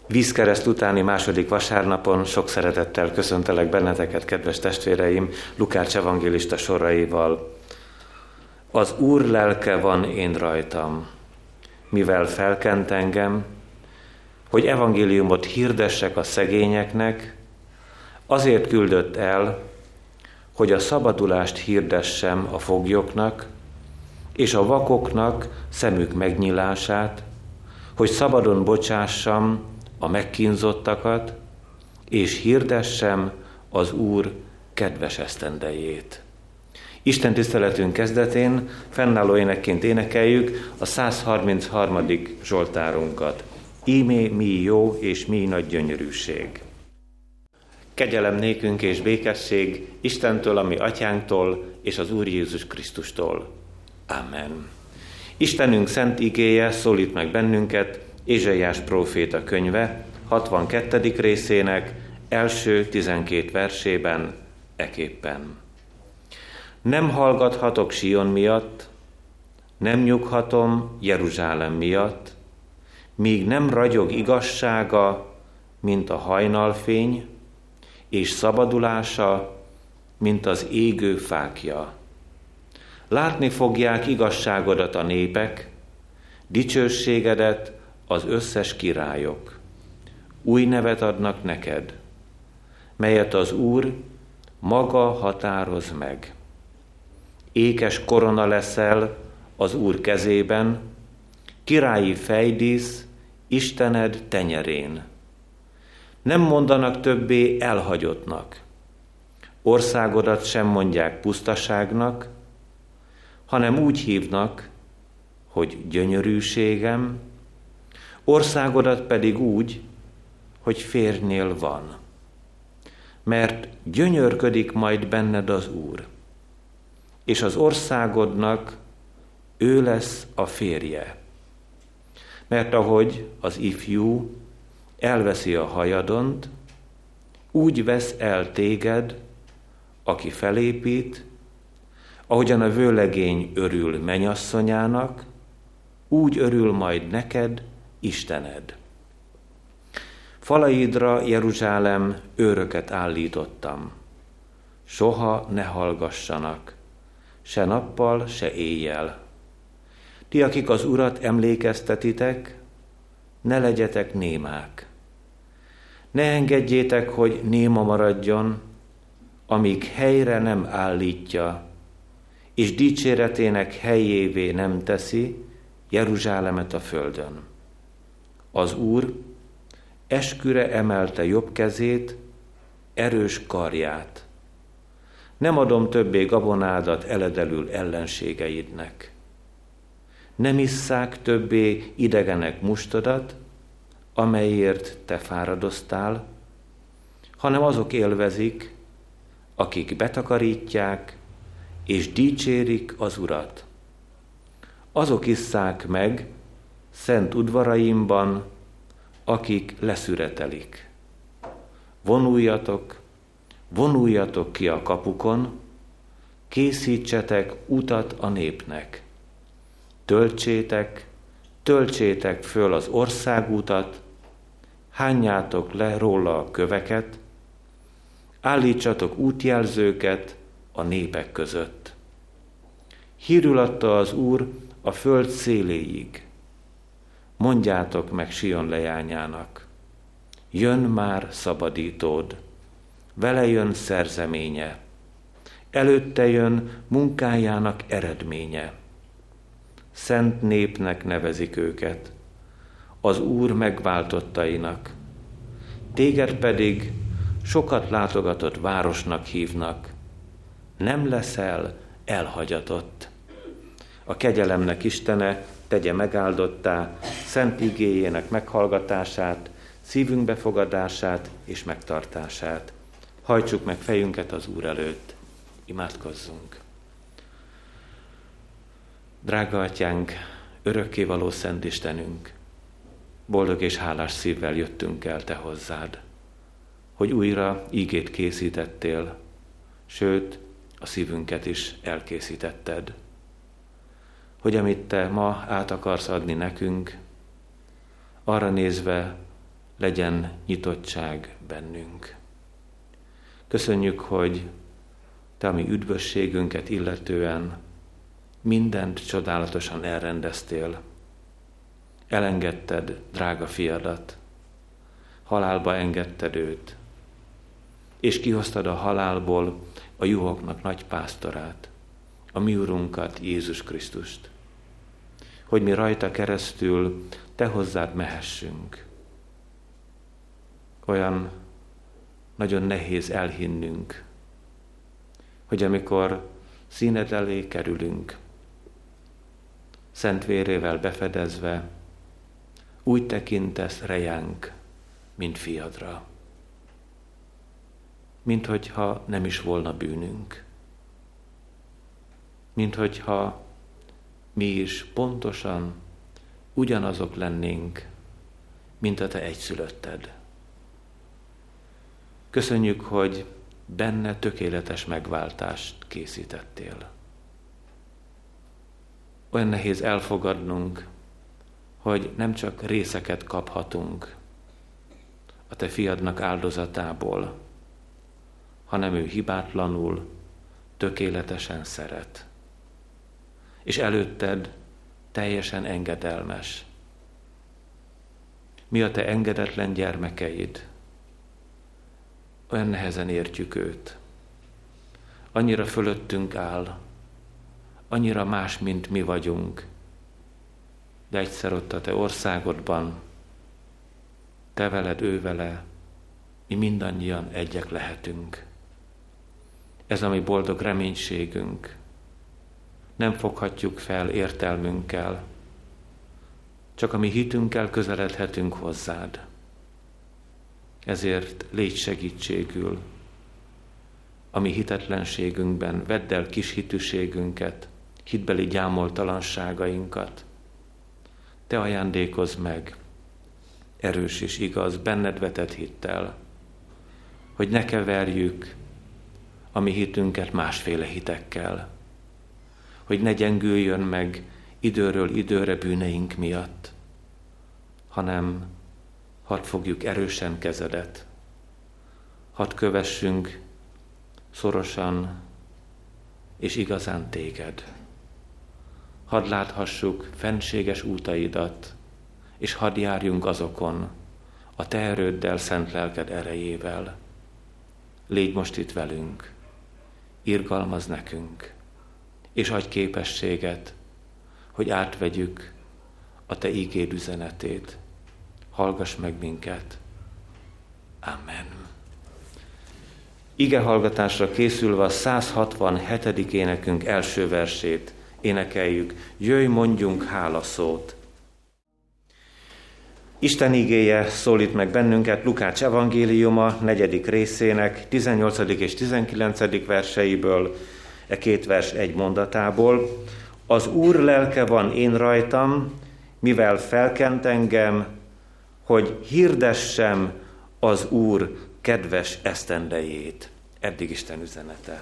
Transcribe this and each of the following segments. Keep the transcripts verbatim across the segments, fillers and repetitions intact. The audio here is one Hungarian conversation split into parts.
Vízkereszt utáni második vasárnapon sok szeretettel köszöntelek benneteket, kedves testvéreim, Lukács evangélista soraival. Az Úr lelke van én rajtam, mivel felkent engem, hogy evangéliumot hirdessek a szegényeknek, azért küldött el, hogy a szabadulást hirdessem a foglyoknak, és a vakoknak szemük megnyilását, hogy szabadon bocsássam a megkínzottakat, és hirdessem az Úr kedves esztendejét. Isten tiszteletünk kezdetén fennálló énekként énekeljük a száz harmincharmadik zsoltárunkat. Íme mi jó és mi nagy gyönyörűség. Kegyelem nékünk és békesség Istentől, a mi atyánktól, és az Úr Jézus Krisztustól. Amen. Istenünk szent igéje szólít meg bennünket Ézsaiás próféta könyve hatvankettedik részének első tizenkét versében eképpen. Nem hallgathatok Sion miatt, nem nyughatom Jeruzsálem miatt, míg nem ragyog igazsága, mint a hajnalfény, és szabadulása, mint az égő fákja. Látni fogják igazságodat a népek, dicsőségedet az összes királyok. Új nevet adnak neked, melyet az Úr maga határoz meg. Ékes korona leszel az Úr kezében, királyi fejdísz Istened tenyerén. Nem mondanak többé elhagyottnak, országodat sem mondják pusztaságnak, hanem úgy hívnak, hogy gyönyörűségem, országodat pedig úgy, hogy férjnél van. Mert gyönyörködik majd benned az Úr, és az országodnak ő lesz a férje. Mert ahogy az ifjú elveszi a hajadont, úgy vesz el téged, aki felépít, ahogyan a vőlegény örül menyasszonyának, úgy örül majd neked Istened. Falaidra, Jeruzsálem, őröket állítottam. Soha ne hallgassanak, se nappal, se éjjel. Ti, akik az Urat emlékeztetitek, ne legyetek némák. Ne engedjétek, hogy néma maradjon, amíg helyre nem állítja, és dicséretének helyévé nem teszi Jeruzsálemet a földön. Az Úr esküre emelte jobb kezét, erős karját. Nem adom többé gabonádat eledelül ellenségeidnek. Nem isszák többé idegenek mustodat, amelyért te fáradoztál, hanem azok élvezik, akik betakarítják és dicsérik az Urat. Azok isszák meg szent udvaraimban, akik leszüretelik. Vonuljatok, vonuljatok ki a kapukon, készítsetek utat a népnek. Töltsétek, töltsétek föl az országútat, hányjátok le róla a köveket, állítsatok útjelzőket a népek között. Hírül adta az Úr a föld széléig. Mondjátok meg Sion leányának, jön már szabadítód, vele jön szerzeménye, előtte jön munkájának eredménye. Szent népnek nevezik őket, az Úr megváltottainak. Téged pedig sokat látogatott városnak hívnak, nem leszel elhagyatott. A kegyelemnek Istene tegye megáldottá szent igéjének meghallgatását, szívünk befogadását és megtartását. Hajtsuk meg fejünket az Úr előtt, imádkozzunk. Drága Atyánk, örökkévaló Szent Istenünk, boldog és hálás szívvel jöttünk el Te hozzád, hogy újra ígét készítettél, sőt, a szívünket is elkészítetted. Hogy amit Te ma át akarsz adni nekünk, arra nézve legyen nyitottság bennünk. Köszönjük, hogy Te a mi üdvösségünket illetően mindent csodálatosan elrendeztél. Elengedted drága fiadat, halálba engedted őt, és kihoztad a halálból a juhoknak nagy pásztorát, a mi Urunkat, Jézus Krisztust, hogy mi rajta keresztül Te hozzád mehessünk. Olyan nagyon nehéz elhinnünk, hogy amikor színed elé kerülünk, szent vérével befedezve, úgy tekintesz rejánk, mint fiadra. Mint hogyha nem is volna bűnünk. Mint hogyha mi is pontosan ugyanazok lennénk, mint a Te egyszülötted. Köszönjük, hogy benne tökéletes megváltást készítettél. Olyan nehéz elfogadnunk, hogy nem csak részeket kaphatunk a Te fiadnak áldozatából, hanem ő hibátlanul, tökéletesen szeret. És előtted teljesen engedelmes. Mi a Te engedetlen gyermekeid? Olyan nehezen értjük őt. Annyira fölöttünk áll, annyira más, mint mi vagyunk, de egyszer ott a Te országodban, Te veled, ő vele, mi mindannyian egyek lehetünk. Ez a mi boldog reménységünk. Nem foghatjuk fel értelmünkkel, csak a mi hitünkkel közeledhetünk hozzád. Ezért légy segítségül a mi hitetlenségünkben, vedd el kis hitűségünket, hitbeli gyámoltalanságainkat. Te ajándékozz meg, erős és igaz, benned vetett hittel, hogy ne keverjük a mi hitünket másféle hitekkel, hogy ne gyengüljön meg időről időre bűneink miatt, hanem hadd fogjuk erősen kezedet, hadd kövessünk szorosan és igazán téged. Hadd láthassuk fenséges útaidat, és hadd járjunk azokon a Te erőddel, szent lelked erejével. Légy most itt velünk, irgalmazz nekünk, és adj képességet, hogy átvegyük a Te ígéd üzenetét. Hallgass meg minket. Amen. Ige hallgatásra készülve a száz hatvanhetedik énekünk első versét énekeljük. Jöjj, mondjunk hálaszót. Isten igéje szólít meg bennünket Lukács evangéliuma negyedik részének tizennyolcadik és tizenkilencedik verseiből, e két vers egy mondatából. Az Úr lelke van én rajtam, mivel felkent engem, hogy hirdessem az Úr kedves esztendejét. Eddig Isten üzenete.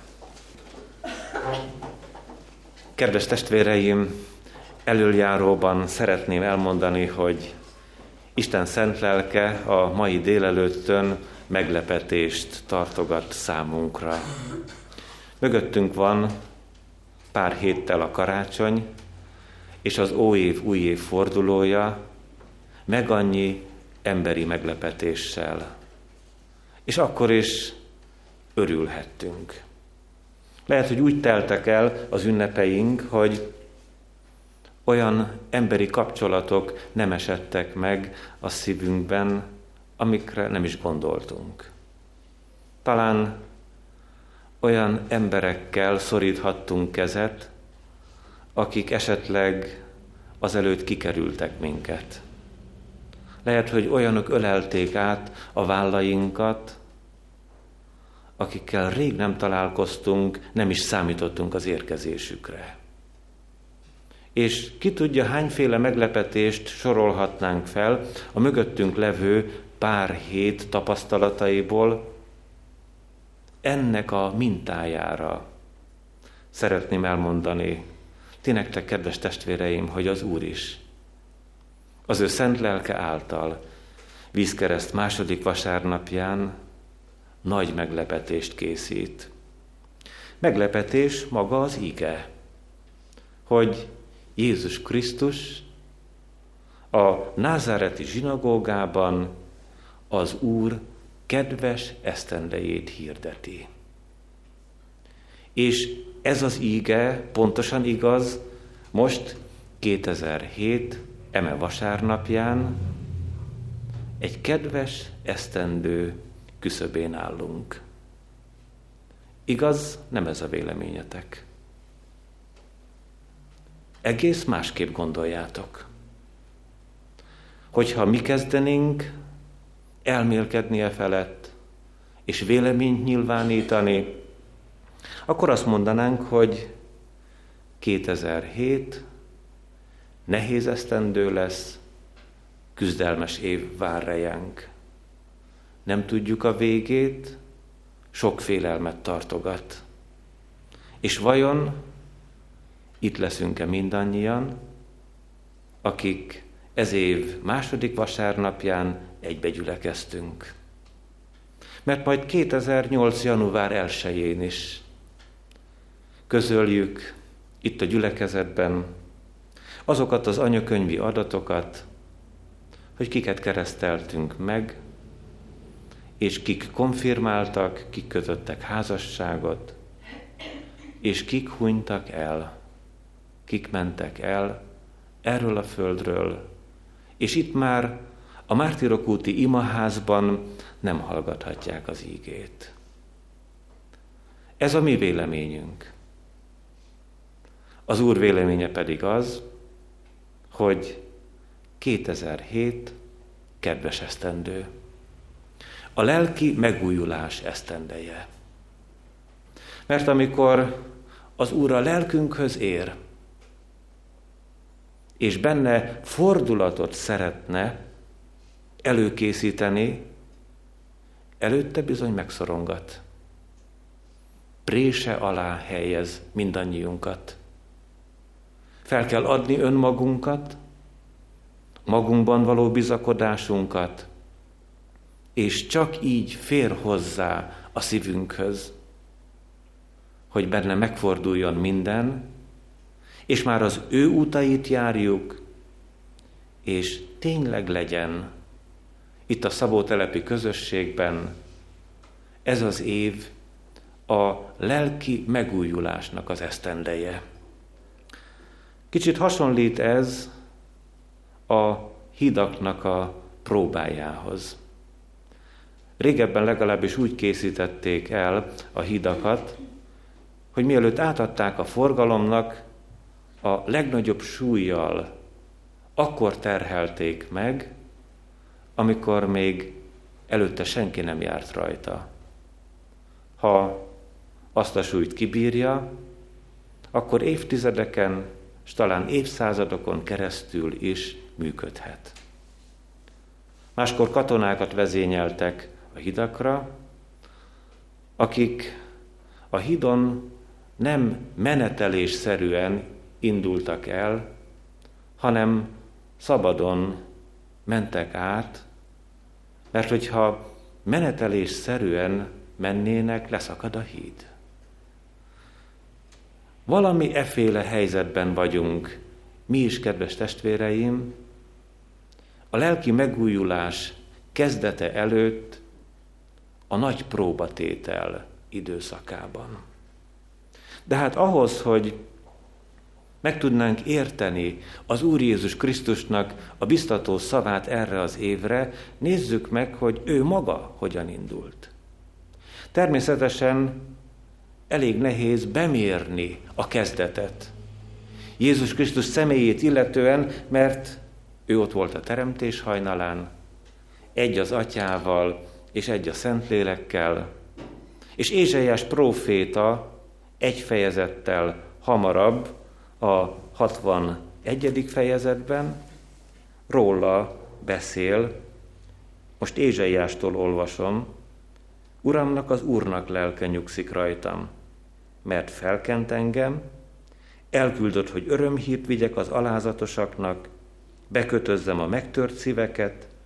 Kedves testvéreim, elöljáróban szeretném elmondani, hogy Isten szent lelke a mai délelőttön meglepetést tartogat számunkra. Mögöttünk van pár héttel a karácsony, és az óév új év fordulója, meg annyi emberi meglepetéssel. És akkor is örülhettünk. Lehet, hogy úgy teltek el az ünnepeink, hogy olyan emberi kapcsolatok nem esettek meg a szívünkben, amikre nem is gondoltunk. Talán olyan emberekkel szoríthattunk kezet, akik esetleg azelőtt kikerültek minket. Lehet, hogy olyanok ölelték át a vállainkat, akikkel rég nem találkoztunk, nem is számítottunk az érkezésükre. És ki tudja, hányféle meglepetést sorolhatnánk fel a mögöttünk levő pár hét tapasztalataiból. Ennek a mintájára szeretném elmondani ti nektek, kedves testvéreim, hogy az Úr is az ő szent lelke által vízkereszt második vasárnapján nagy meglepetést készít. Meglepetés maga az ige, hogy Jézus Krisztus a názáreti zsinagógában az Úr kedves esztendejét hirdeti. És ez az íge pontosan igaz most kétezer-hét eme vasárnapján, egy kedves esztendő küszöbén állunk. Igaz, nem ez a véleményetek. Egész másképp gondoljátok. Hogyha mi kezdenénk elmélkedni e felett, és véleményt nyilvánítani, akkor azt mondanánk, hogy kétezer-hét nehéz esztendő lesz, küzdelmes év vár rejánk. Nem tudjuk a végét, sok félelmet tartogat. És vajon itt leszünk-e mindannyian, akik ez év második vasárnapján egybegyülekeztünk? Mert majd kétezer-nyolc január elsején is közöljük itt a gyülekezetben azokat az anyakönyvi adatokat, hogy kiket kereszteltünk meg, és kik konfirmáltak, kik kötöttek házasságot, és kik hunytak el, kik mentek el erről a földről, és itt már a Mártírok úti imaházban nem hallgathatják az ígét. Ez a mi véleményünk. Az Úr véleménye pedig az, hogy kétezer-hét kedves esztendő. A lelki megújulás esztendeje. Mert amikor az Úr a lelkünkhöz ér, és benne fordulatot szeretne előkészíteni, előtte bizony megszorongat. Prése alá helyez mindannyiunkat. Fel kell adni önmagunkat, magunkban való bizakodásunkat, és csak így fér hozzá a szívünkhöz, hogy benne megforduljon minden, és már az ő útait járjuk, és tényleg legyen itt a Szabótelepi közösségben ez az év a lelki megújulásnak az esztendeje. Kicsit hasonlít ez a hídaknak a próbájához. Régebben legalábbis úgy készítették el a hídakat, hogy mielőtt átadták a forgalomnak, a legnagyobb súllyal akkor terhelték meg, amikor még előtte senki nem járt rajta. Ha azt a súlyt kibírja, akkor évtizedeken, és talán évszázadokon keresztül is működhet. Máskor katonákat vezényeltek a hidakra, akik a hídon nem menetelésszerűen indultak el, hanem szabadon mentek át, mert hogyha menetelésszerűen mennének, leszakad a híd. Valami efféle helyzetben vagyunk mi is, kedves testvéreim, a lelki megújulás kezdete előtt a nagy próbatétel időszakában. De hát ahhoz, hogy meg tudnánk érteni az Úr Jézus Krisztusnak a biztató szavát erre az évre, nézzük meg, hogy ő maga hogyan indult. Természetesen elég nehéz bemérni a kezdetet Jézus Krisztus személyét illetően, mert ő ott volt a teremtés hajnalán, egy az Atyával és egy a Szentlélekkel, és Ézsaiás próféta egy fejezettel hamarabb, a hatvanegyedik fejezetben róla beszél, most Ézsaiástól olvasom: Uramnak, az Úrnak lelke nyugszik rajtam, mert felkent engem, elküldött, hogy örömhírt vigyek az alázatosaknak, bekötözzem a megtört szíveket,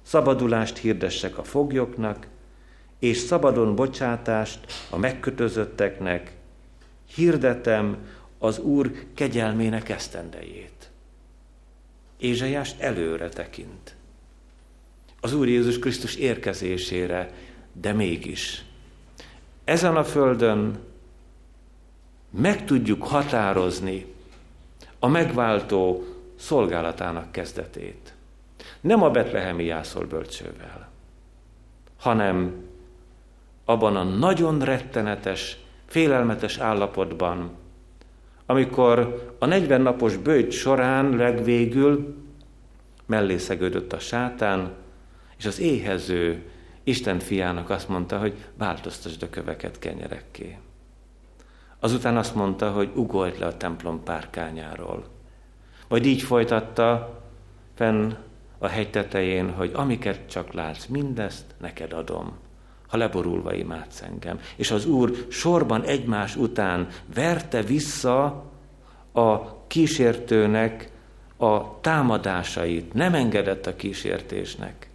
szabadulást hirdessek a foglyoknak, és szabadon bocsátást a megkötözötteknek, hirdetem az Úr kegyelmének esztendejét. Ézsaiás előre tekint az Úr Jézus Krisztus érkezésére, de mégis ezen a földön meg tudjuk határozni a megváltó szolgálatának kezdetét. Nem a betlehemi jászolbölcsővel, hanem abban a nagyon rettenetes, félelmetes állapotban, amikor a negyven napos böjt során legvégül mellé szegődött a sátán, és az éhező Isten fiának azt mondta, hogy változtasd a köveket kenyerekké. Azután azt mondta, hogy ugorj le a templom párkányáról. Majd így folytatta fenn a hegy tetején, hogy amiket csak látsz, mindezt neked adom, ha leborulva imádsz engem. És az Úr sorban egymás után verte vissza a kísértőnek a támadásait, nem engedett a kísértésnek.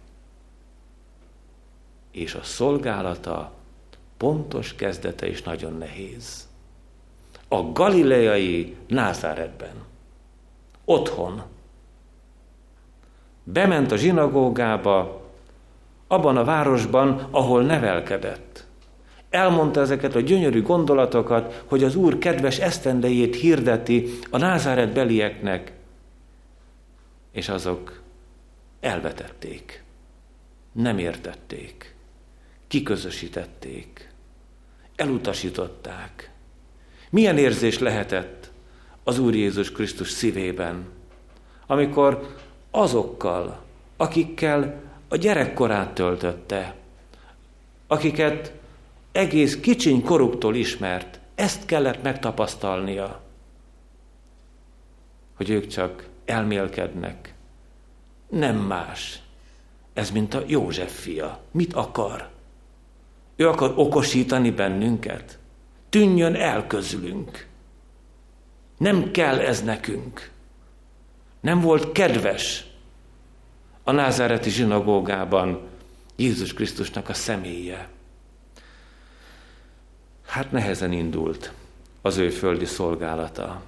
És a szolgálata pontos kezdete is nagyon nehéz. A galileai Názáretben, otthon, bement a zsinagógába, abban a városban, ahol nevelkedett. Elmondta ezeket a gyönyörű gondolatokat, hogy az Úr kedves esztendejét hirdeti a názáretbelieknek, és azok elvetették, nem értették, kiközösítették, elutasították. Milyen érzés lehetett az Úr Jézus Krisztus szívében, amikor azokkal, akikkel a gyerekkorát töltötte, akiket egész kicsiny koruktól ismert, ezt kellett megtapasztalnia, hogy ők csak elmélkednek. Nem más. Ez mint a József fia. Mit akar? Ő akar okosítani bennünket? Tűnjön el közülünk. Nem kell ez nekünk. Nem volt kedves a názáreti zsinagógában Jézus Krisztusnak a személye. Hát nehezen indult az ő földi szolgálata.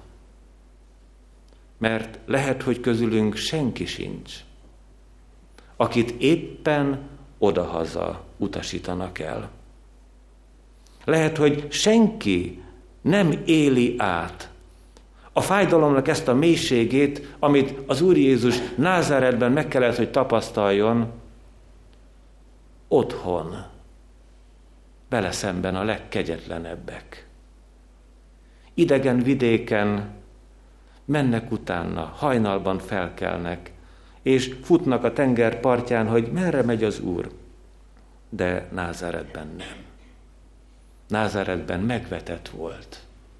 Mert lehet, hogy közülünk senki sincs, akit éppen odahaza utasítanak el. Lehet, hogy senki nem éli át a fájdalomnak ezt a mélységét, amit az Úr Jézus Názáretben meg kellett, hogy tapasztaljon, otthon, vele szemben a legkegyetlenebbek. Idegen vidéken mennek utána, hajnalban felkelnek, és futnak a tenger partján, hogy merre megy az Úr. De Názáretben nem. Názáretben megvetett volt.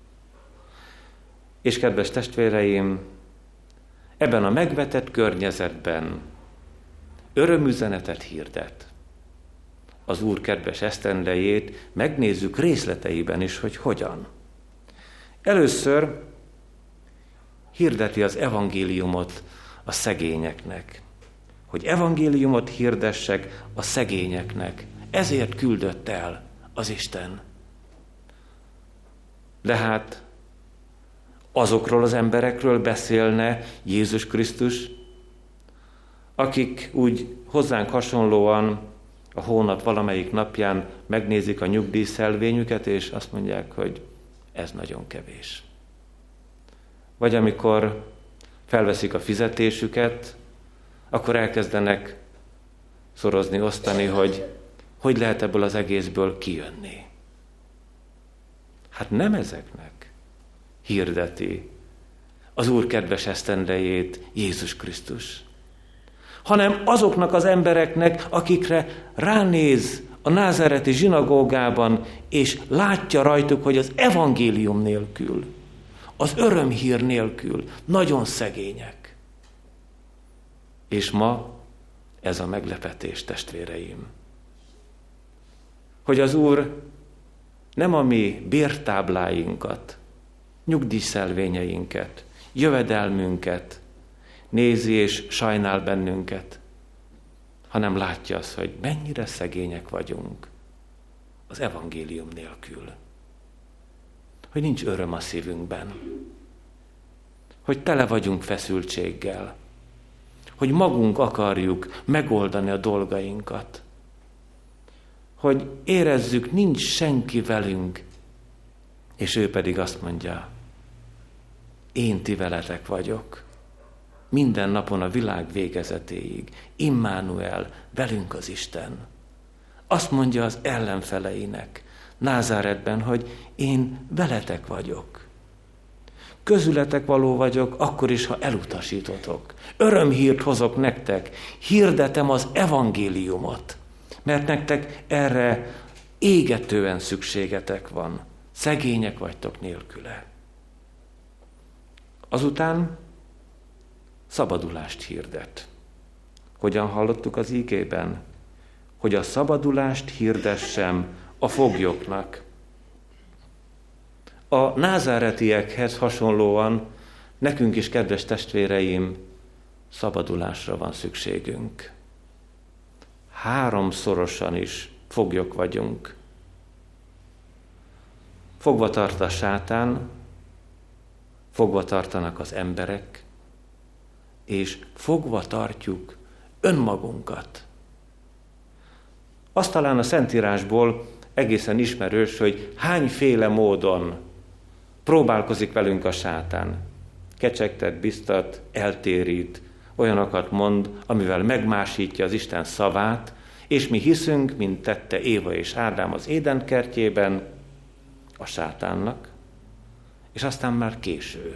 És kedves testvéreim, ebben a megvetett környezetben örömüzenetet hirdet. Az Úr kedves esztendejét megnézzük részleteiben is, hogy hogyan. Először hirdeti az evangéliumot a szegényeknek. Hogy evangéliumot hirdessek a szegényeknek. Ezért küldött el az Isten. De hát azokról az emberekről beszélne Jézus Krisztus, akik úgy hozzánk hasonlóan a hónap valamelyik napján megnézik a nyugdíjszelvényüket, és azt mondják, hogy ez nagyon kevés. Vagy amikor felveszik a fizetésüket, akkor elkezdenek szorozni, osztani, hogy hogy lehet ebből az egészből kijönni. Hát nem ezeknek hirdeti az Úr kedves esztendejét Jézus Krisztus, hanem azoknak az embereknek, akikre ránéz a názáreti zsinagógában, és látja rajtuk, hogy az evangélium nélkül, az örömhír nélkül nagyon szegények. És ma ez a meglepetés, testvéreim, hogy az Úr nem a mi bértábláinkat, nyugdíjszelvényeinket, jövedelmünket nézi és sajnál bennünket, hanem látja azt, hogy mennyire szegények vagyunk az evangélium nélkül. Hogy nincs öröm a szívünkben. Hogy tele vagyunk feszültséggel. Hogy magunk akarjuk megoldani a dolgainkat. Hogy érezzük, nincs senki velünk, és ő pedig azt mondja, én ti veletek vagyok. Minden napon a világ végezetéig. Immanuel, velünk az Isten. Azt mondja az ellenfeleinek Názáretben, hogy én veletek vagyok. Közületek való vagyok, akkor is, ha elutasítotok. Örömhírt hozok nektek, hirdetem az evangéliumot, mert nektek erre égetően szükségetek van. Szegények vagytok nélküle. Azután szabadulást hirdet. Hogyan hallottuk az ígében? Hogy a szabadulást hirdessem a foglyoknak. A názáretiekhez hasonlóan nekünk is, kedves testvéreim, szabadulásra van szükségünk. Háromszorosan is foglyok vagyunk. Fogva tart a sátán, fogva tartanak az emberek, és fogva tartjuk önmagunkat. Azt talán a Szentírásból egészen ismerős, hogy hányféle módon próbálkozik velünk a sátán. Kecsegtet, biztat, eltérít, olyanokat mond, amivel megmásítja az Isten szavát, és mi hiszünk, mint tette Éva és Ádám az Éden kertjében, a sátánnak, és aztán már késő,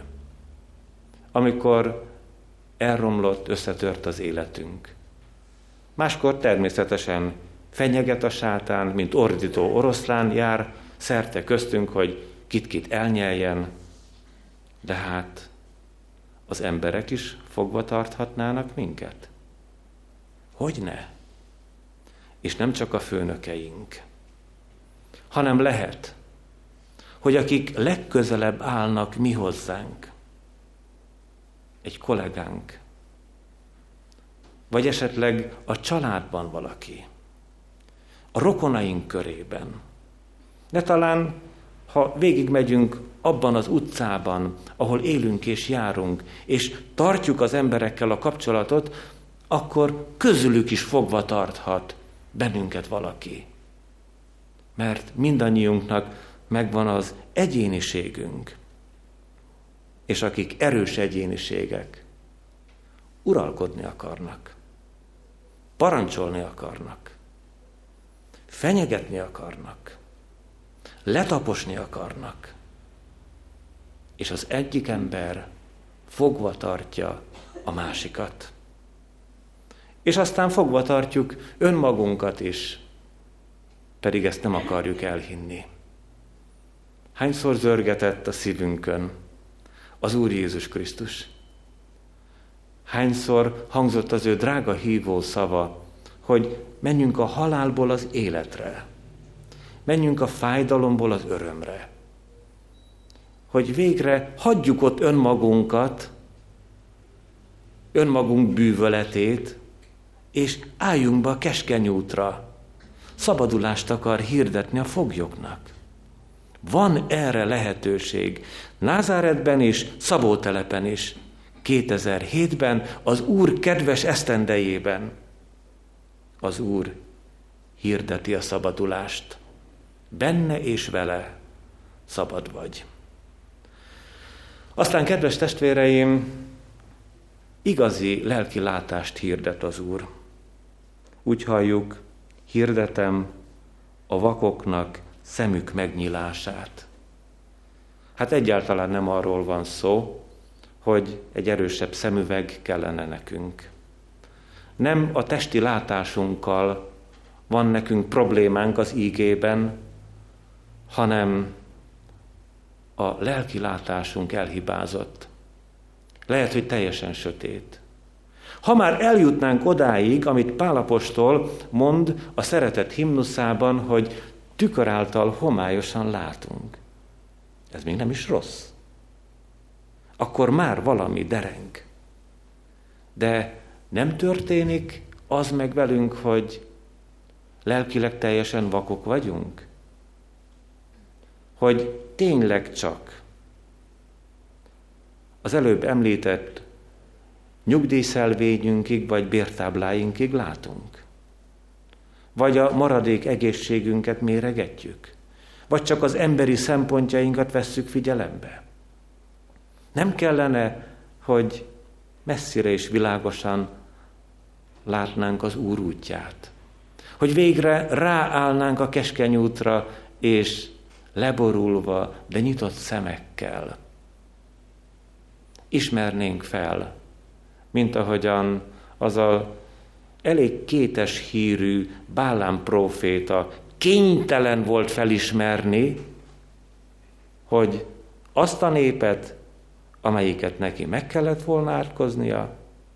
amikor elromlott, összetört az életünk. Máskor természetesen fenyeget a sátán, mint ordító oroszlán jár szerte köztünk, hogy kit-kit elnyeljen, de hát az emberek is fogva tarthatnának minket. Hogyne? És nem csak a főnökeink, hanem lehet, hogy akik legközelebb állnak mi hozzánk, egy kollégánk, vagy esetleg a családban valaki, a rokonaink körében, de talán, ha végigmegyünk abban az utcában, ahol élünk és járunk, és tartjuk az emberekkel a kapcsolatot, akkor közülük is fogva tarthat bennünket valaki. Mert mindannyiunknak megvan az egyéniségünk, és akik erős egyéniségek, uralkodni akarnak, parancsolni akarnak, fenyegetni akarnak, letaposni akarnak, és az egyik ember fogva tartja a másikat. És aztán fogva tartjuk önmagunkat is, pedig ezt nem akarjuk elhinni. Hányszor zörgetett a szívünkön az Úr Jézus Krisztus? Hányszor hangzott az ő drága hívó szava, hogy menjünk a halálból az életre, menjünk a fájdalomból az örömre, hogy végre hagyjuk ott önmagunkat, önmagunk bűvöletét, és álljunk be a keskeny útra. Szabadulást akar hirdetni a foglyoknak. Van erre lehetőség. Názáretben is, Szabótelepen is. kétezer-hétben, az Úr kedves esztendejében. Az Úr hirdeti a szabadulást. Benne és vele szabad vagy. Aztán, kedves testvéreim, igazi lelki látást hirdet az Úr. Úgy halljuk, hirdetem a vakoknak szemük megnyilását. Hát egyáltalán nem arról van szó, hogy egy erősebb szemüveg kellene nekünk. Nem a testi látásunkkal van nekünk problémánk az ígében, hanem a lelki látásunk elhibázott. Lehet, hogy teljesen sötét. Ha már eljutnánk odáig, amit Pál apostol mond a szeretet himnuszában, hogy tükör által homályosan látunk. Ez még nem is rossz. Akkor már valami dereng. De nem történik az meg velünk, hogy lelkileg teljesen vakok vagyunk? Hogy tényleg csak az előbb említett nyugdíjszelvényünkig vagy bértábláinkig látunk? Vagy a maradék egészségünket méregetjük? Vagy csak az emberi szempontjainkat vesszük figyelembe? Nem kellene, hogy messzire és világosan látnánk az Úr útját? Hogy végre ráállnánk a keskeny útra, és leborulva, de nyitott szemekkel ismernénk fel, mint ahogyan az a elég kétes hírű Bálám próféta kénytelen volt felismerni, hogy azt a népet, amelyiket neki meg kellett volna átkoznia,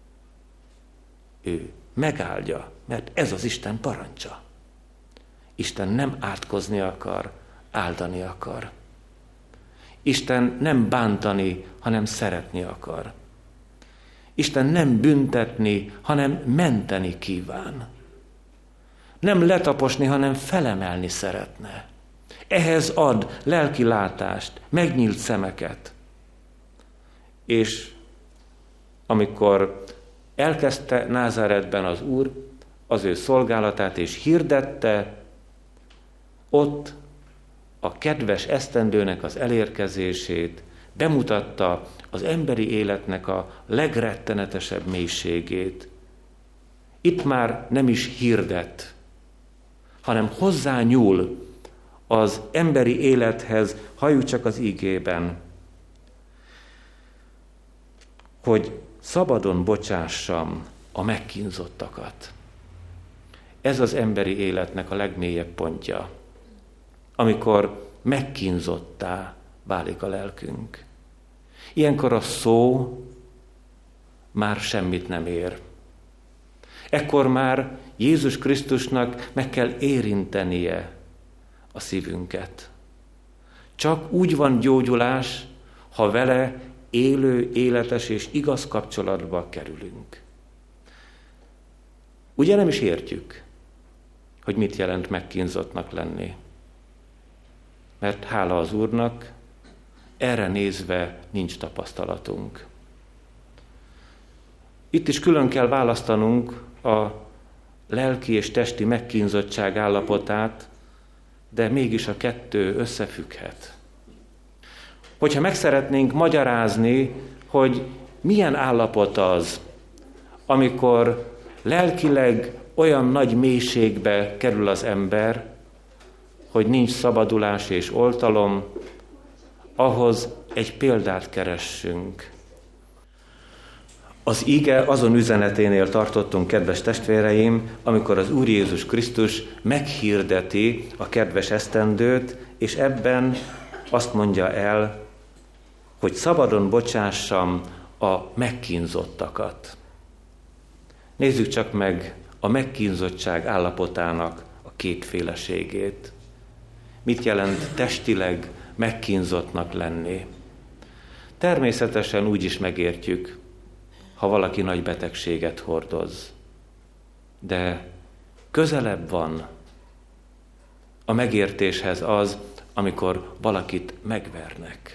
ő megáldja, mert ez az Isten parancsa. Isten nem átkozni akar, áldani akar. Isten nem bántani, hanem szeretni akar. Isten nem büntetni, hanem menteni kíván. Nem letaposni, hanem felemelni szeretne. Ehhez ad lelkilátást, megnyílt szemeket. És amikor elkezdte Názáretben az Úr az ő szolgálatát, és hirdette, ott a kedves esztendőnek az elérkezését, bemutatta az emberi életnek a legrettenetesebb mélységét. Itt már nem is hirdet, hanem hozzányúl az emberi élethez, halljuk csak az igében, hogy szabadon bocsássam a megkínzottakat. Ez az emberi életnek a legmélyebb pontja, amikor megkínzottá válik a lelkünk. Ilyenkor a szó már semmit nem ér. Ekkor már Jézus Krisztusnak meg kell érintenie a szívünket. Csak úgy van gyógyulás, ha vele élő, életes és igaz kapcsolatba kerülünk. Ugye nem is értjük, hogy mit jelent megkínzottnak lenni. Mert hála az Úrnak, erre nézve nincs tapasztalatunk. Itt is külön kell választanunk a lelki és testi megkínzottság állapotát, de mégis a kettő összefügghet. Hogyha meg szeretnénk magyarázni, hogy milyen állapot az, amikor lelkileg olyan nagy mélységbe kerül az ember, hogy nincs szabadulás és oltalom, ahhoz egy példát keressünk. Az ige azon üzeneténél tartottunk, kedves testvéreim, amikor az Úr Jézus Krisztus meghirdeti a kedves esztendőt, és ebben azt mondja el, hogy szabadon bocsássam a megkínzottakat. Nézzük csak meg a megkínzottság állapotának a kétféleségét. Mit jelent testileg megkínzottnak lenni? Természetesen úgy is megértjük, ha valaki nagy betegséget hordoz. De közelebb van a megértéshez az, amikor valakit megvernek.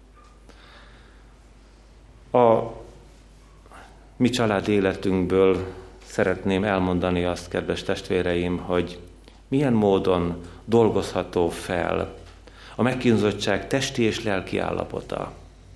A mi család életünkből szeretném elmondani azt, kedves testvéreim, hogy milyen módon dolgozható fel a megkínzottság testi és lelki állapota.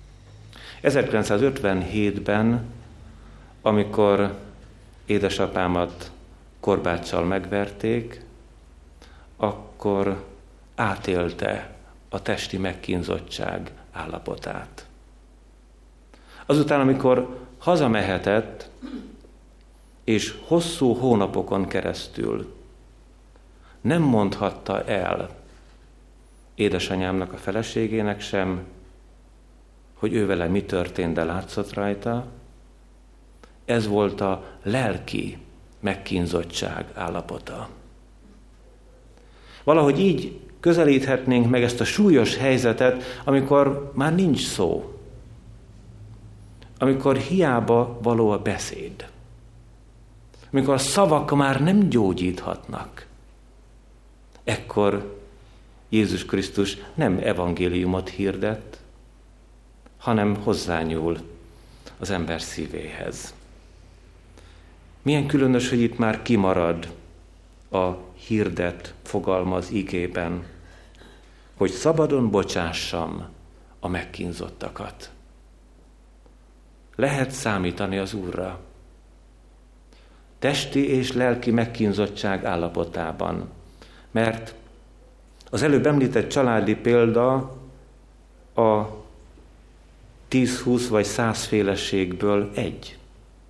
ezerkilencszázötvenhétben, amikor édesapámat korbáccsal megverték, akkor átélte a testi megkínzottság állapotát. Azután, amikor hazamehetett, és hosszú hónapokon keresztül nem mondhatta el édesanyámnak, a feleségének sem, hogy ő vele mi történt, de látszott rajta. Ez volt a lelki megkínzottság állapota. Valahogy így közelíthetnénk meg ezt a súlyos helyzetet, amikor már nincs szó, amikor hiába való a beszéd, amikor a szavak már nem gyógyíthatnak, ekkor Jézus Krisztus nem evangéliumot hirdet, hanem hozzányúl az ember szívéhez. Milyen különös, hogy itt már kimarad a hirdet fogalma az igében, hogy szabadon bocsássam a megkínzottakat. Lehet számítani az Úrra. Testi és lelki megkínzottság állapotában, mert az előbb említett családi példa a tíz, húsz vagy száz féleségből egy.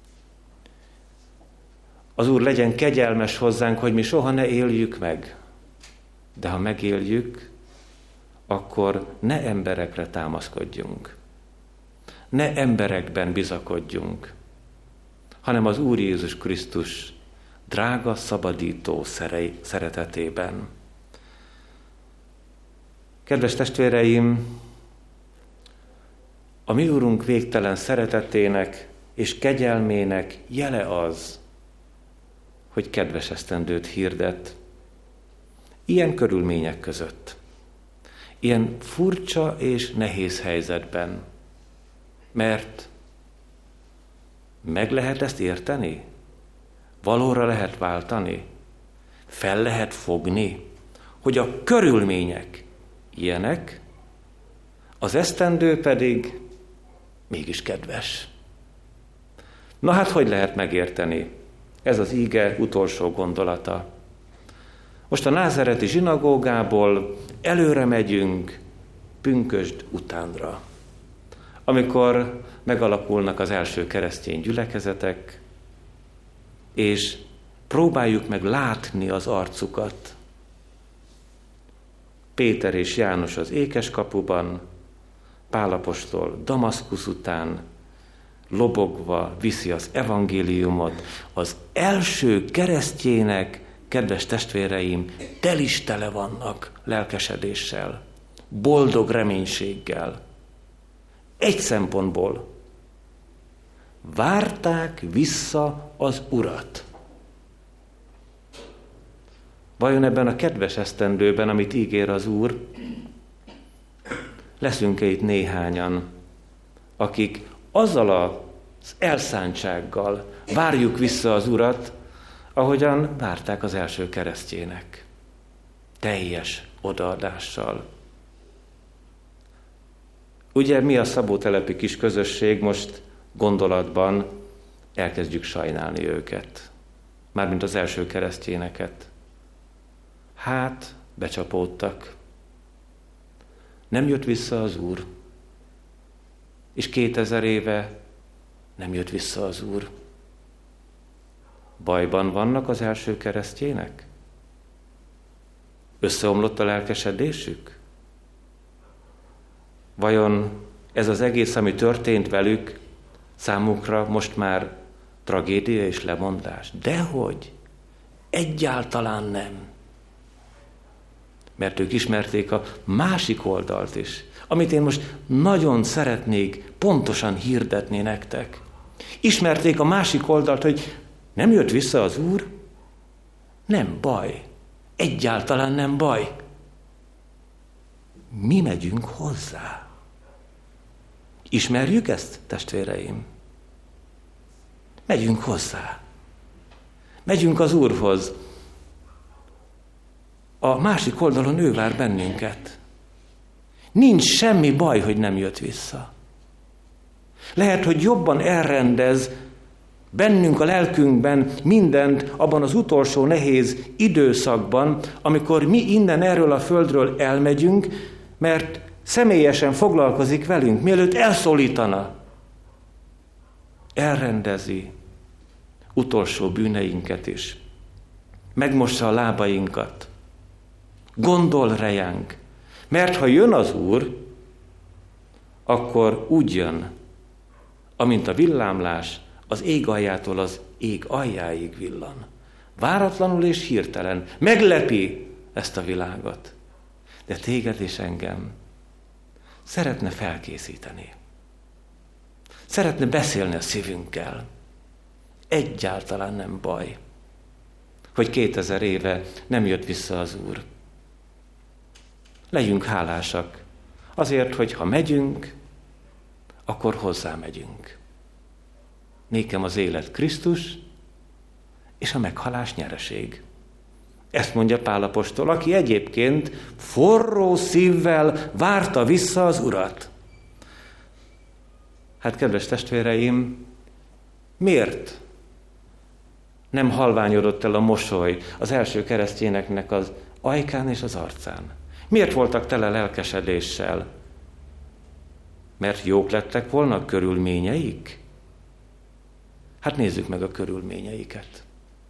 Az Úr legyen kegyelmes hozzánk, hogy mi soha ne éljük meg, de ha megéljük, akkor ne emberekre támaszkodjunk, ne emberekben bizakodjunk, hanem az Úr Jézus Krisztus drága, szabadító szeretetében. Kedves testvéreim, a mi Úrunk végtelen szeretetének és kegyelmének jele az, hogy kedves esztendőt hirdet, ilyen körülmények között, ilyen furcsa és nehéz helyzetben, mert meg lehet ezt érteni? Valóra lehet váltani? Fel lehet fogni, hogy a körülmények ilyenek, az esztendő pedig mégis kedves. Na hát, hogy lehet megérteni? Ez az íge utolsó gondolata. Most a názáreti zsinagógából előre megyünk pünkösd utánra, amikor megalakulnak az első keresztény gyülekezetek, és próbáljuk meg látni az arcukat. Péter és János az ékeskapuban, Pál apostol Damaszkusz után lobogva viszi az evangéliumot. Az első keresztjének, kedves testvéreim, tel is tele vannak lelkesedéssel, boldog reménységgel. Egy szempontból várták vissza az Urat. Vajon ebben a kedves esztendőben, amit ígér az Úr, leszünk-e itt néhányan, akik azzal az elszántsággal várjuk vissza az Urat, ahogyan várták az első keresztjének, teljes odaadással. Ugye mi a szabótelepi kis közösség most gondolatban elkezdjük sajnálni őket, mármint az első keresztjéneket. Hát, becsapódtak. Nem jött vissza az Úr, és kétezer éve nem jött vissza az Úr. Bajban vannak az első keresztjének? Összeomlott a lelkesedésük? Vajon ez az egész, ami történt velük, számukra most már tragédia és lemondás? Dehogy! Egyáltalán nem. Mert ők ismerték a másik oldalt is, amit én most nagyon szeretnék pontosan hirdetni nektek. Ismerték a másik oldalt, hogy nem jött vissza az Úr? Nem baj. Egyáltalán nem baj. Mi megyünk hozzá. Ismerjük ezt, testvéreim? Megyünk hozzá. Megyünk az Úrhoz. A másik oldalon ő vár bennünket. Nincs semmi baj, hogy nem jött vissza. Lehet, hogy jobban elrendez bennünk a lelkünkben mindent abban az utolsó nehéz időszakban, amikor mi innen erről a földről elmegyünk, mert személyesen foglalkozik velünk, mielőtt elszólítana. Elrendezi utolsó bűneinket is. Megmossa a lábainkat. Gondol rejánk. Mert ha jön az Úr, akkor úgy jön, amint a villámlás az ég aljától az ég aljáig villan. Váratlanul és hirtelen meglepi ezt a világot. De téged és engem szeretne felkészíteni. Szeretne beszélni a szívünkkel. Egyáltalán nem baj, hogy kétezer éve nem jött vissza az Úr. Legyünk hálásak azért, hogy ha megyünk, akkor hozzá megyünk. Nékem az élet Krisztus, és a meghalás nyereség. Ezt mondja Pál apostol, aki egyébként forró szívvel várta vissza az Urat. Hát, kedves testvéreim, miért nem halványodott el a mosoly az első keresztényeknek az ajkán és az arcán? Miért voltak tele lelkesedéssel? Mert jók lettek volna a körülményeik? Hát nézzük meg a körülményeiket.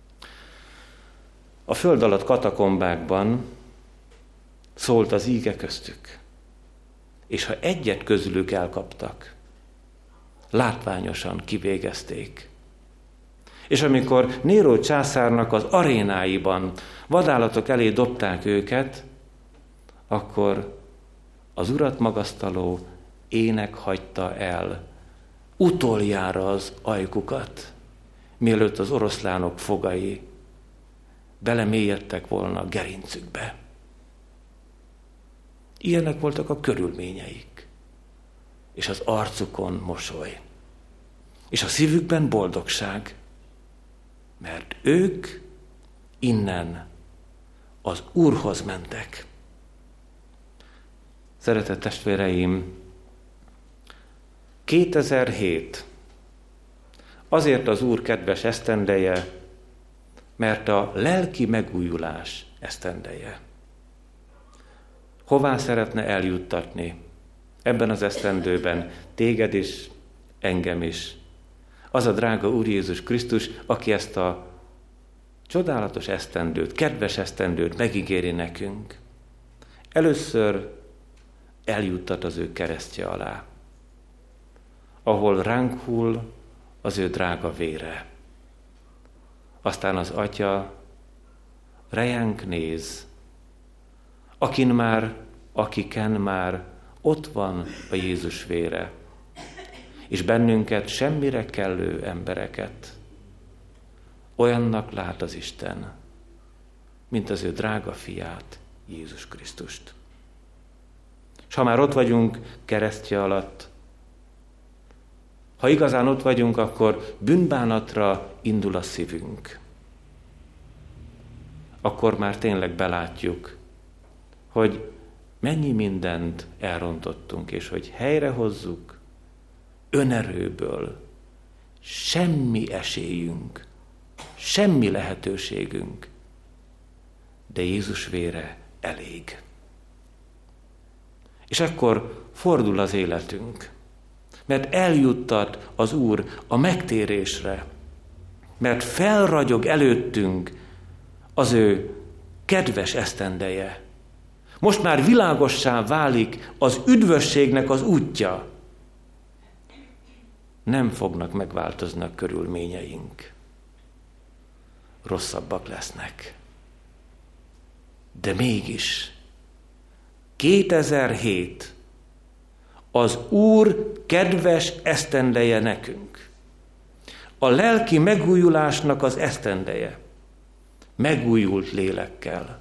A föld alatt katakombákban szólt az íge köztük, és ha egyet közülük elkaptak, látványosan kivégezték. És amikor Néró császárnak az arénáiban vadállatok elé dobták őket, akkor az Urat magasztaló ének hagyta el utoljára az ajkukat, mielőtt az oroszlánok fogai belemélyedtek volna a gerincükbe. Ilyenek voltak a körülményeik, és az arcukon mosoly, és a szívükben boldogság, mert ők innen az Úrhoz mentek. Szeretett testvéreim, kétezer-hét azért az Úr kedves esztendeje, mert a lelki megújulás esztendeje. Hová szeretne eljuttatni ebben az esztendőben téged is, engem is? Az a drága Úr Jézus Krisztus, aki ezt a csodálatos esztendőt, kedves esztendőt megígéri nekünk. Először eljuttat az ő keresztje alá, ahol ránk hull az ő drága vére. Aztán az Atya rejánk néz, akin már, akiken már ott van a Jézus vére, és bennünket semmire kellő embereket olyannak lát az Isten, mint az ő drága fiát, Jézus Krisztust. És ha már ott vagyunk keresztje alatt, ha igazán ott vagyunk, akkor bűnbánatra indul a szívünk. Akkor már tényleg belátjuk, hogy mennyi mindent elrontottunk, és hogy helyrehozzuk önerőből. Semmi esélyünk, semmi lehetőségünk, de Jézus vére elég. És akkor fordul az életünk, mert eljuttat az Úr a megtérésre, mert felragyog előttünk az ő kedves esztendeje. Most már világossá válik az üdvösségnek az útja. Nem fognak megváltozni a körülményeink. Rosszabbak lesznek. De mégis kétezer-hét az Úr kedves esztendeje nekünk. A lelki megújulásnak az esztendeje. Megújult lélekkel.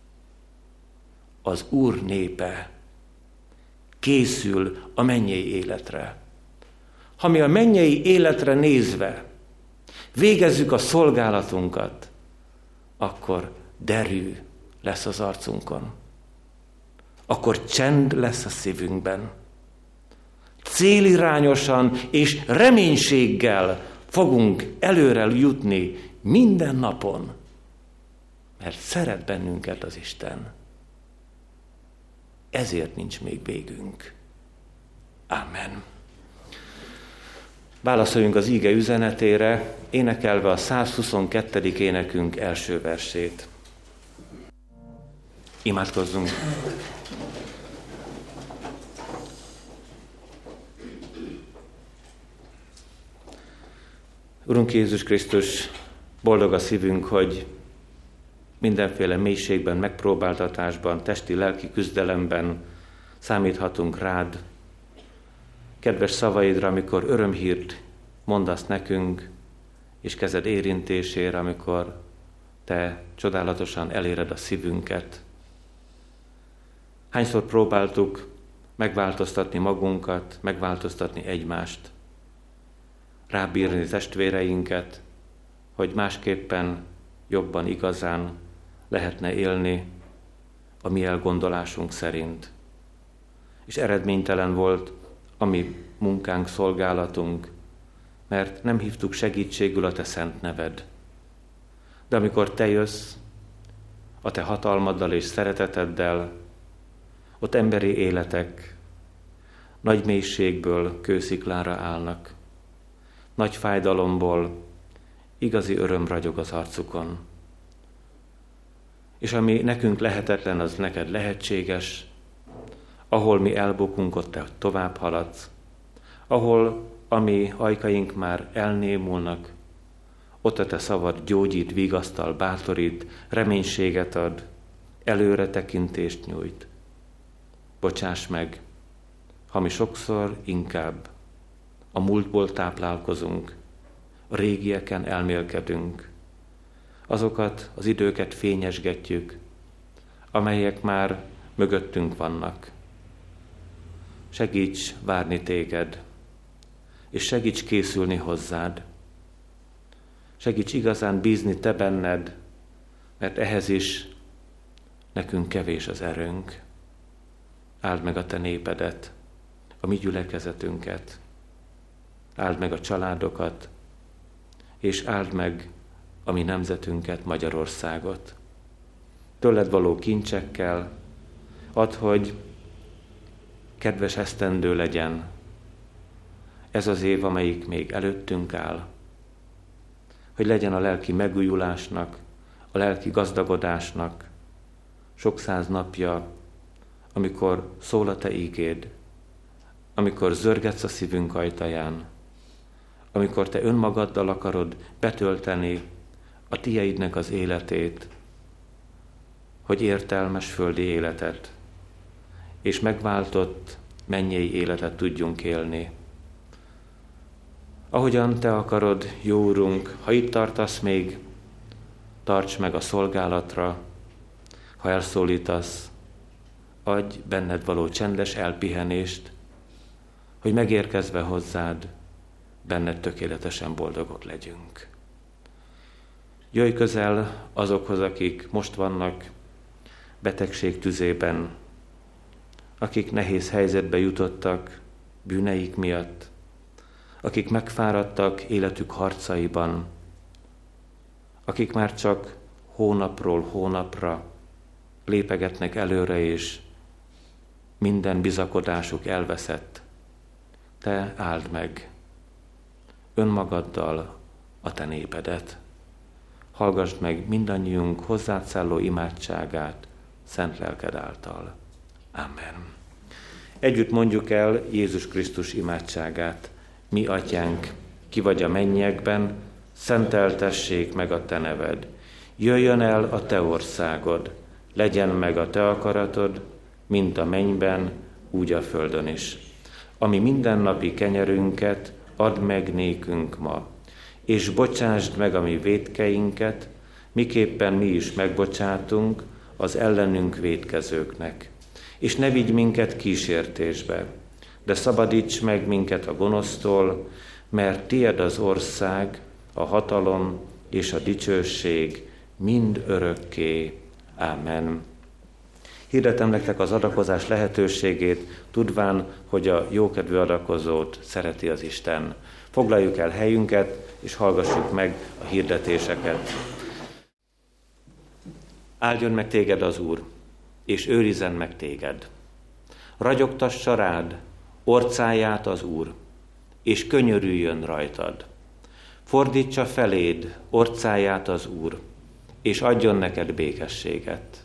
Az Úr népe készül a mennyei életre. Ha mi a mennyei életre nézve végezzük a szolgálatunkat, akkor derű lesz az arcunkon. Akkor csend lesz a szívünkben. Célirányosan és reménységgel fogunk előre jutni minden napon, mert szeret bennünket az Isten. Ezért nincs még végünk. Amen. Válaszoljunk az íge üzenetére, énekelve a százhuszonkettő énekünk első versét. Imádkozzunk! Urunk Jézus Krisztus, boldog a szívünk, hogy mindenféle mélységben, megpróbáltatásban, testi-lelki küzdelemben számíthatunk rád. Kedves szavaidra, amikor örömhírt mondasz nekünk, és kezed érintésére, amikor Te csodálatosan eléred a szívünket. Hányszor próbáltuk megváltoztatni magunkat, megváltoztatni egymást, rábírni testvéreinket, hogy másképpen, jobban, igazán lehetne élni a mi elgondolásunk szerint. És eredménytelen volt a mi munkánk, szolgálatunk, mert nem hívtuk segítségül a Te szent neved. De amikor Te jössz, a Te hatalmaddal és szereteteddel, ott emberi életek nagy mélységből kősziklára állnak. Nagy fájdalomból igazi öröm ragyog az arcukon. És ami nekünk lehetetlen, az neked lehetséges. Ahol mi elbukunk, ott Te tovább haladsz. Ahol a mi ajkaink már elnémulnak, ott a Te szavad gyógyít, vigasztal, bátorít, reménységet ad, előre tekintést nyújt. Bocsáss meg, ha mi sokszor inkább a múltból táplálkozunk, a régieken elmélkedünk, azokat az időket fényesgetjük, amelyek már mögöttünk vannak. Segíts várni Téged, és segíts készülni hozzád. Segíts igazán bízni Te benned, mert ehhez is nekünk kevés az erőnk. Áld meg a Te népedet, a mi gyülekezetünket, áld meg a családokat, és áld meg a mi nemzetünket, Magyarországot. Tőled való kincsekkel, add, hogy kedves esztendő legyen ez az év, amelyik még előttünk áll, hogy legyen a lelki megújulásnak, a lelki gazdagodásnak sok száz napja, amikor szól a Te ígéd, amikor zörgetsz a szívünk ajtaján, amikor Te önmagaddal akarod betölteni a tieidnek az életét, hogy értelmes földi életet és megváltott mennyei életet tudjunk élni. Ahogyan Te akarod, jó Urunk, ha itt tartasz még, tarts meg a szolgálatra, ha elszólítasz, adj benned való csendes elpihenést, hogy megérkezve hozzád, benned tökéletesen boldogok legyünk. Jöjj közel azokhoz, akik most vannak betegség tüzében, akik nehéz helyzetbe jutottak bűneik miatt, akik megfáradtak életük harcaiban, akik már csak hónapról hónapra lépegetnek előre, és minden bizakodásuk elveszett. Te áld meg önmagaddal a Te népedet. Hallgassd meg mindannyiunk hozzád szálló imádságát szent lelked által. Amen. Együtt mondjuk el Jézus Krisztus imádságát. Mi atyánk, ki vagy a mennyekben, szenteltessék meg a Te neved. Jöjjön el a Te országod, legyen meg a Te akaratod, mint a mennyben, úgy a földön is. Ami mindennapi kenyerünket add meg nékünk ma, és bocsásd meg a mi vétkeinket, miképpen mi is megbocsátunk az ellenünk vétkezőknek. És ne vigy minket kísértésbe, de szabadíts meg minket a gonosztól, mert tied az ország, a hatalom és a dicsőség mind örökké. Ámen. Hirdetem nektek az adakozás lehetőségét, tudván, hogy a jókedvű adakozót szereti az Isten. Foglaljuk el helyünket, és hallgassuk meg a hirdetéseket. Áldjon meg téged az Úr, és őrizzen meg téged. Ragyogtassa rád orcáját az Úr, és könyörüljön rajtad. Fordítsa feléd orcáját az Úr, és adjon neked békességet.